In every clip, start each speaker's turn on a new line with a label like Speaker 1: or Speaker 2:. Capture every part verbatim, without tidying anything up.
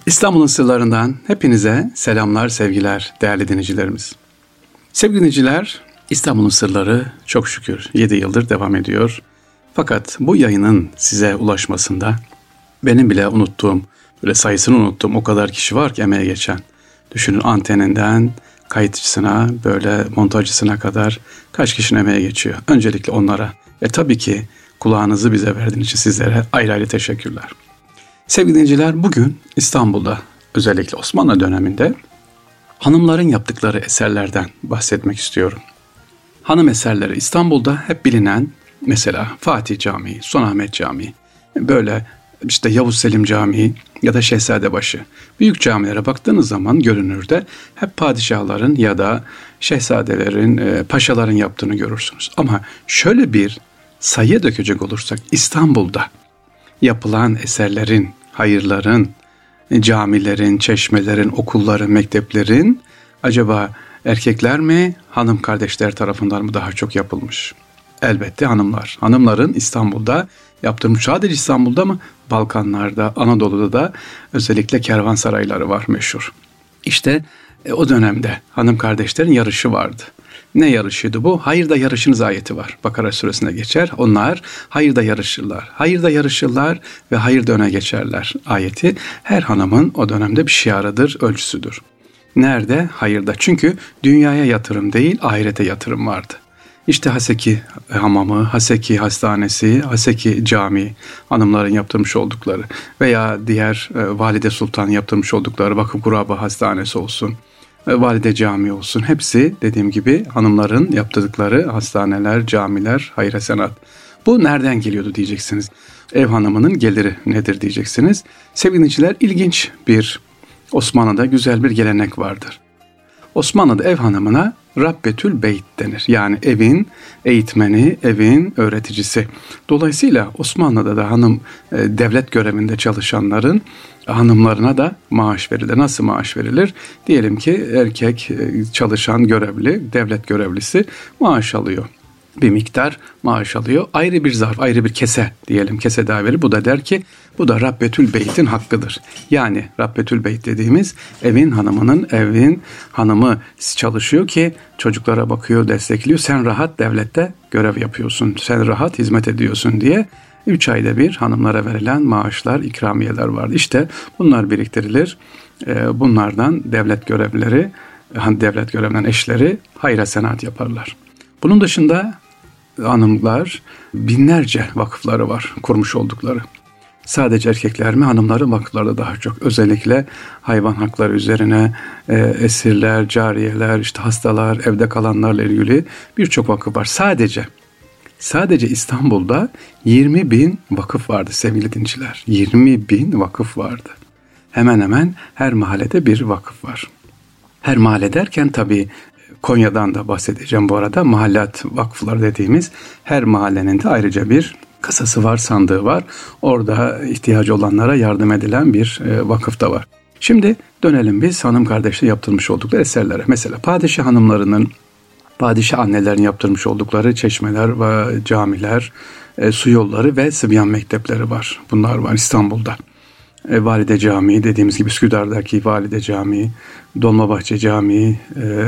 Speaker 1: İstanbul'un sırlarından hepinize selamlar, sevgiler değerli dinleyicilerimiz. Sevgili dinleyiciler, İstanbul'un sırları çok şükür yedi yıldır devam ediyor. Fakat bu yayının size ulaşmasında benim bile unuttuğum, böyle sayısını unuttuğum o kadar kişi var ki emeğe geçen. Düşünün, anteninden kayıtçısına, böyle montajcısına kadar kaç kişinin emeğe geçiyor. Öncelikle onlara ve tabii ki kulağınızı bize verdiğiniz için sizlere ayrı ayrı teşekkürler. Sevgili dinleyiciler, bugün İstanbul'da özellikle Osmanlı döneminde hanımların yaptıkları eserlerden bahsetmek istiyorum. Hanım eserleri İstanbul'da hep bilinen, mesela Fatih Camii, Sultanahmet Camii, böyle işte Yavuz Selim Camii ya da Şehzadebaşı. Büyük camilere baktığınız zaman görünürde hep padişahların ya da şehzadelerin, paşaların yaptığını görürsünüz. Ama şöyle bir sayıya dökecek olursak İstanbul'da yapılan eserlerin, hayırların, camilerin, çeşmelerin, okulların, mekteplerin acaba erkekler mi, hanım kardeşler tarafından mı daha çok yapılmış? Elbette hanımlar. Hanımların İstanbul'da yaptırmış. Sadece İstanbul'da mı? Balkanlarda, Anadolu'da da özellikle kervansarayları var meşhur. İşte e, o dönemde hanım kardeşlerin yarışı vardı. Ne yarışıydı bu? Hayırda yarışınız ayeti var. Bakara suresinde geçer. Onlar hayırda yarışırlar. Hayırda yarışırlar ve hayırda öne geçerler ayeti. Her hanımın o dönemde bir şiarıdır, ölçüsüdür. Nerede? Hayırda. Çünkü dünyaya yatırım değil, ahirete yatırım vardı. İşte Haseki hamamı, Haseki hastanesi, Haseki camii, hanımların yaptırmış oldukları veya diğer e, Valide Sultan yaptırmış oldukları Vakıf Kuraba Hastanesi olsun, Valide Camii olsun. Hepsi dediğim gibi hanımların yaptırdıkları hastaneler, camiler, hayır senat. Bu nereden geliyordu diyeceksiniz. Ev hanımının geliri nedir diyeceksiniz. Sevgili dinleyiciler, ilginç bir Osmanlı'da güzel bir gelenek vardır. Osmanlı'da ev hanımına Rabbetül Beyt denir. Yani evin eğitmeni, evin öğreticisi. Dolayısıyla Osmanlı'da da hanım devlet görevinde çalışanların hanımlarına da maaş verilir. Nasıl maaş verilir? Diyelim ki erkek çalışan görevli, devlet görevlisi maaş alıyor. Bir miktar maaş alıyor. Ayrı bir zarf, ayrı bir kese diyelim, kese daha verir. Bu da der ki bu da Rabbetül Beyt'in hakkıdır. Yani Rabbetül Beyt dediğimiz evin hanımının, evin hanımı çalışıyor ki çocuklara bakıyor, destekliyor. Sen rahat devlette görev yapıyorsun, sen rahat hizmet ediyorsun diye üç ayda bir hanımlara verilen maaşlar, ikramiyeler vardı. İşte bunlar biriktirilir. Bunlardan devlet görevlileri, devlet görevlenen eşleri hayra senat yaparlar. Bunun dışında hanımlar binlerce vakıfları var kurmuş oldukları. Sadece erkekler mi? Hanımların vakıfları daha çok. Özellikle hayvan hakları üzerine e, esirler, cariyeler, işte hastalar, evde kalanlarla ilgili birçok vakıf var. Sadece sadece İstanbul'da yirmi bin vakıf vardı sevgili dinleyiciler. yirmi bin vakıf vardı. Hemen hemen her mahallede bir vakıf var. Her mahalle derken tabii Konya'dan da bahsedeceğim bu arada. Mahallat vakıfları dediğimiz her mahallenin de ayrıca bir kasası var, sandığı var. Orada ihtiyacı olanlara yardım edilen bir vakıf da var. Şimdi dönelim biz hanım kardeşle yaptırmış oldukları eserlere. Mesela padişah hanımlarının, padişah annelerin yaptırmış oldukları çeşmeler ve camiler, su yolları ve Sıbyan mektepleri var. Bunlar var İstanbul'da. Valide Camii dediğimiz gibi Üsküdar'daki Valide Camii, Dolmabahçe Camii,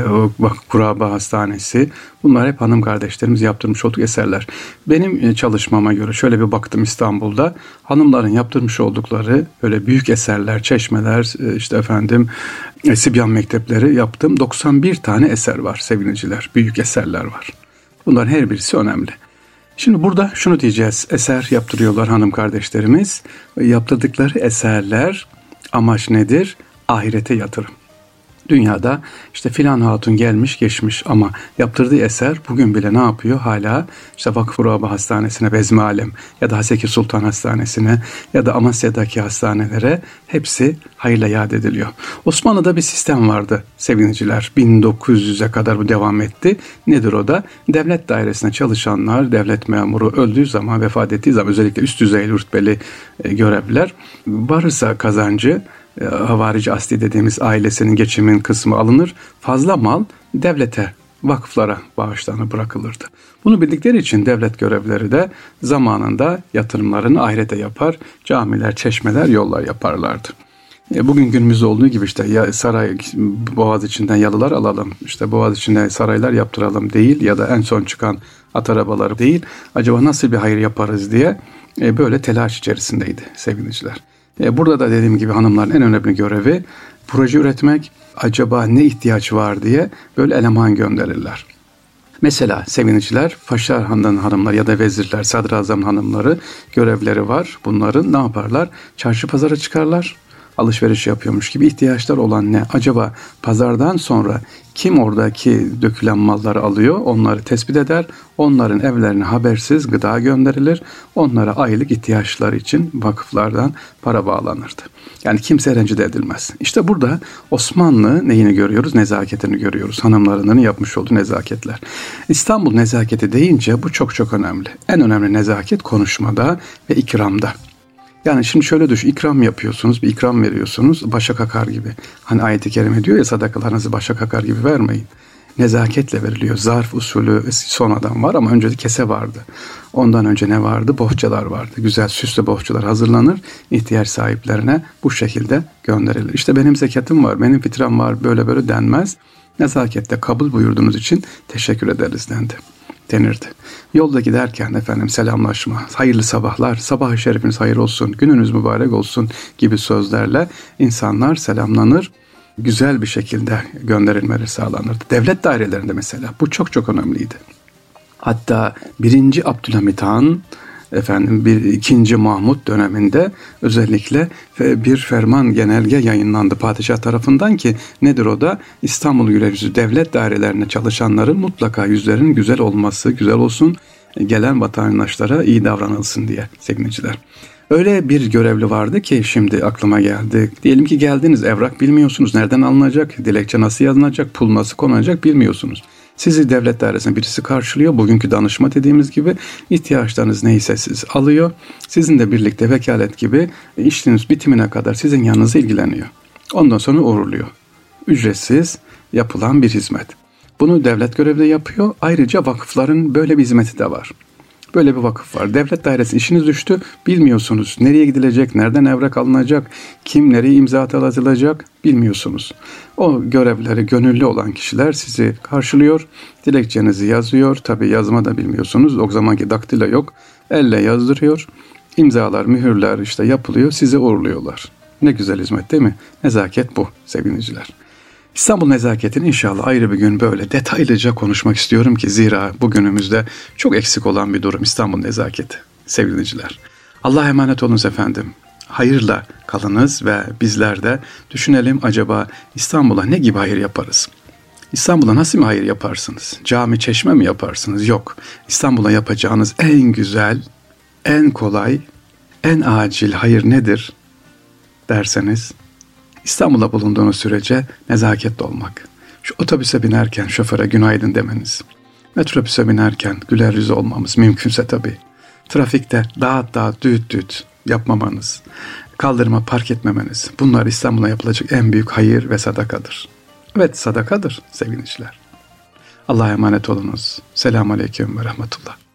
Speaker 1: Vakıf Kuraba Hastanesi, bunlar hep hanım kardeşlerimiz yaptırmış olduk eserler. Benim çalışmama göre şöyle bir baktım İstanbul'da hanımların yaptırmış oldukları öyle büyük eserler, çeşmeler, işte efendim Sıbyan mektepleri yaptım. doksan bir tane eser var sevgiliciler, büyük eserler var. Bunların her birisi önemli. Şimdi burada şunu diyeceğiz. Eser yaptırıyorlar hanım kardeşlerimiz. Yaptırdıkları eserler amaç nedir? Ahirete yatırım. Dünyada işte filan hatun gelmiş geçmiş ama yaptırdığı eser bugün bile ne yapıyor? Hala işte Vakıf Kuraba Hastanesi'ne, Bezmi Alem ya da Haseki Sultan Hastanesi'ne ya da Amasya'daki hastanelere hepsi hayırla yad ediliyor. Osmanlı'da bir sistem vardı sevgiliciler. bin dokuz yüze kadar bu devam etti. Nedir o da? Devlet dairesinde çalışanlar, devlet memuru öldüğü zaman, vefat ettiği zaman özellikle üst düzey rütbeli görevliler varsa kazancı, havarici asli dediğimiz ailesinin geçimin kısmı alınır. Fazla mal devlete, vakıflara bağışlarına bırakılırdı. Bunu bildikleri için devlet görevlileri de zamanında yatırımlarını ahirete yapar. Camiler, çeşmeler, yollar yaparlardı. E, bugün günümüzde olduğu gibi işte ya saray, boğaz içinden yalılar alalım, işte boğaz içinde saraylar yaptıralım değil, ya da en son çıkan at arabaları değil, acaba nasıl bir hayır yaparız diye e, böyle telaş içerisindeydi sevgiliciler. E, burada da dediğim gibi hanımların en önemli görevi proje üretmek, acaba ne ihtiyaç var diye böyle eleman gönderirler. Mesela sevgiliciler, paşa hanımlar ya da vezirler, sadrazam hanımları görevleri var. Bunların ne yaparlar? Çarşı pazara çıkarlar. Alışveriş yapıyormuş gibi ihtiyaçlar olan ne? Acaba pazardan sonra kim oradaki dökülen malları alıyor? Onları tespit eder. Onların evlerine habersiz gıda gönderilir. Onlara aylık ihtiyaçları için vakıflardan para bağlanırdı. Yani kimse rencide edilmez. İşte burada Osmanlı neyini görüyoruz? Nezaketini görüyoruz. Hanımlarının yapmış olduğu nezaketler. İstanbul nezaketi deyince bu çok çok önemli. En önemli nezaket konuşmada ve ikramda. Yani şimdi şöyle düşün, ikram yapıyorsunuz, bir ikram veriyorsunuz, başa kakar gibi. Hani ayet-i kerime diyor ya, sadakalarınızı başa kakar gibi vermeyin. Nezaketle veriliyor. Zarf usulü sonradan var ama önce de kese vardı. Ondan önce ne vardı? Bohçalar vardı. Güzel süslü bohçalar hazırlanır, ihtiyaç sahiplerine bu şekilde gönderilir. İşte benim zekatım var, benim fitram var, böyle böyle denmez. Nezaketle kabul buyurduğunuz için teşekkür ederiz dendi. denirdi. Yolda giderken efendim selamlaşma, hayırlı sabahlar, sabah-ı şerifiniz hayır olsun, gününüz mübarek olsun gibi sözlerle insanlar selamlanır, güzel bir şekilde gönderilmeleri sağlanırdı. Devlet dairelerinde mesela bu çok çok önemliydi. Hatta birinci Abdülhamit Han, efendim bir ikinci Mahmut döneminde özellikle bir ferman genelge yayınlandı padişah tarafından ki nedir o da? İstanbul Güleyüzü devlet dairelerine çalışanların mutlaka yüzlerinin güzel olması, güzel olsun, gelen vatandaşlara iyi davranılsın diye sevgiliciler. Öyle bir görevli vardı ki şimdi aklıma geldi. Diyelim ki geldiniz, evrak bilmiyorsunuz, nereden alınacak, dilekçe nasıl yazılacak, pul nasıl konulacak bilmiyorsunuz. Sizi devlet dairesine birisi karşılıyor. Bugünkü danışma dediğimiz gibi ihtiyaçlarınız neyse siz alıyor. Sizinle birlikte vekalet gibi işiniz bitimine kadar sizin yanınıza ilgileniyor. Ondan sonra uğurluyor. Ücretsiz yapılan bir hizmet. Bunu devlet görevli yapıyor. Ayrıca vakıfların böyle bir hizmeti de var. Böyle bir vakıf var. Devlet dairesi işiniz düştü. Bilmiyorsunuz. Nereye gidilecek, nereden evrak alınacak, kim nereye imza atılacak bilmiyorsunuz. O görevleri gönüllü olan kişiler sizi karşılıyor. Dilekçenizi yazıyor. Tabii yazma da bilmiyorsunuz. O zamanki daktilo yok. Elle yazdırıyor. İmzalar, mühürler işte yapılıyor. Sizi uğurluyorlar. Ne güzel hizmet değil mi? Nezaket bu sevgiliciler. İstanbul nezaketini inşallah ayrı bir gün böyle detaylıca konuşmak istiyorum ki zira bugünümüzde çok eksik olan bir durum İstanbul nezaketi sevgiliciler. Allah'a emanet olunuz efendim. Hayırla kalınız ve bizler de düşünelim acaba İstanbul'a ne gibi hayır yaparız? İstanbul'a nasıl bir hayır yaparsınız? Cami, çeşme mi yaparsınız? Yok. İstanbul'a yapacağınız en güzel, en kolay, en acil hayır nedir derseniz, İstanbul'da bulunduğunuz sürece nezaketli olmak. Şu otobüse binerken şoföre günaydın demeniz. Metrobüse binerken güler yüzü olmamız mümkünse tabii. Trafikte dağıt dağıt düğüt düğüt yapmamanız. Kaldırıma park etmemeniz. Bunlar İstanbul'a yapılacak en büyük hayır ve sadakadır. Evet, sadakadır sevgili dinleyiciler. Allah'a emanet olunuz. Selamun Aleyküm ve Rahmetullah.